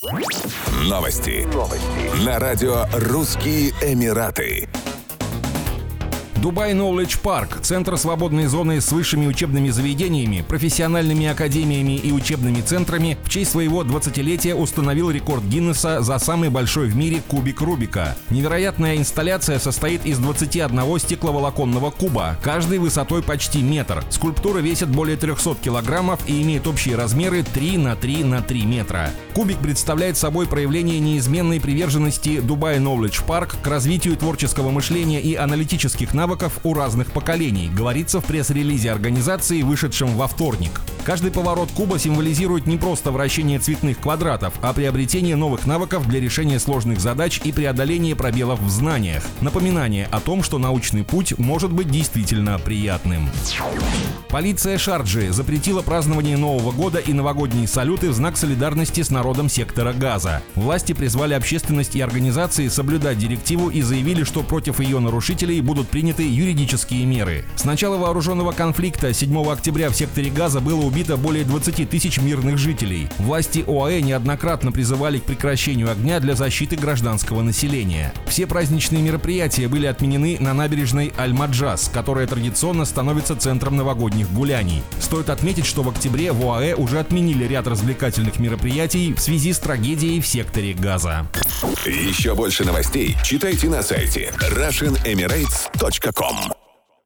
Новости. На радио «Русские Эмираты». Dubai Knowledge Park – центр свободной зоны с высшими учебными заведениями, профессиональными академиями и учебными центрами в честь своего 20-летия установил рекорд Гиннесса за самый большой в мире кубик Рубика. Невероятная инсталляция состоит из 21 стекловолоконного куба, каждый высотой почти метр. Скульптура весит более 300 килограммов и имеет общие размеры 3 на 3 на 3 метра. Кубик представляет собой проявление неизменной приверженности Dubai Knowledge Park к развитию творческого мышления и аналитических навыков у разных поколений, говорится в пресс-релизе организации, вышедшем во вторник. Каждый поворот куба символизирует не просто вращение цветных квадратов, а приобретение новых навыков для решения сложных задач и преодоления пробелов в знаниях. Напоминание о том, что научный путь может быть действительно приятным. Полиция Шарджи запретила празднование Нового года и новогодние салюты в знак солидарности с народом сектора Газа. Власти призвали общественность и организации соблюдать директиву и заявили, что против ее нарушителей будут приняты юридические меры. С начала вооруженного конфликта 7 октября в секторе Газа было убито более 20 тысяч мирных жителей. Власти ОАЭ неоднократно призывали к прекращению огня для защиты гражданского населения. Все праздничные мероприятия были отменены на набережной Аль-Маджаз, которая традиционно становится центром новогодних гуляний. Стоит отметить, что в октябре в ОАЭ уже отменили ряд развлекательных мероприятий в связи с трагедией в секторе Газа. Еще больше новостей читайте на сайте RussianEmirates.com.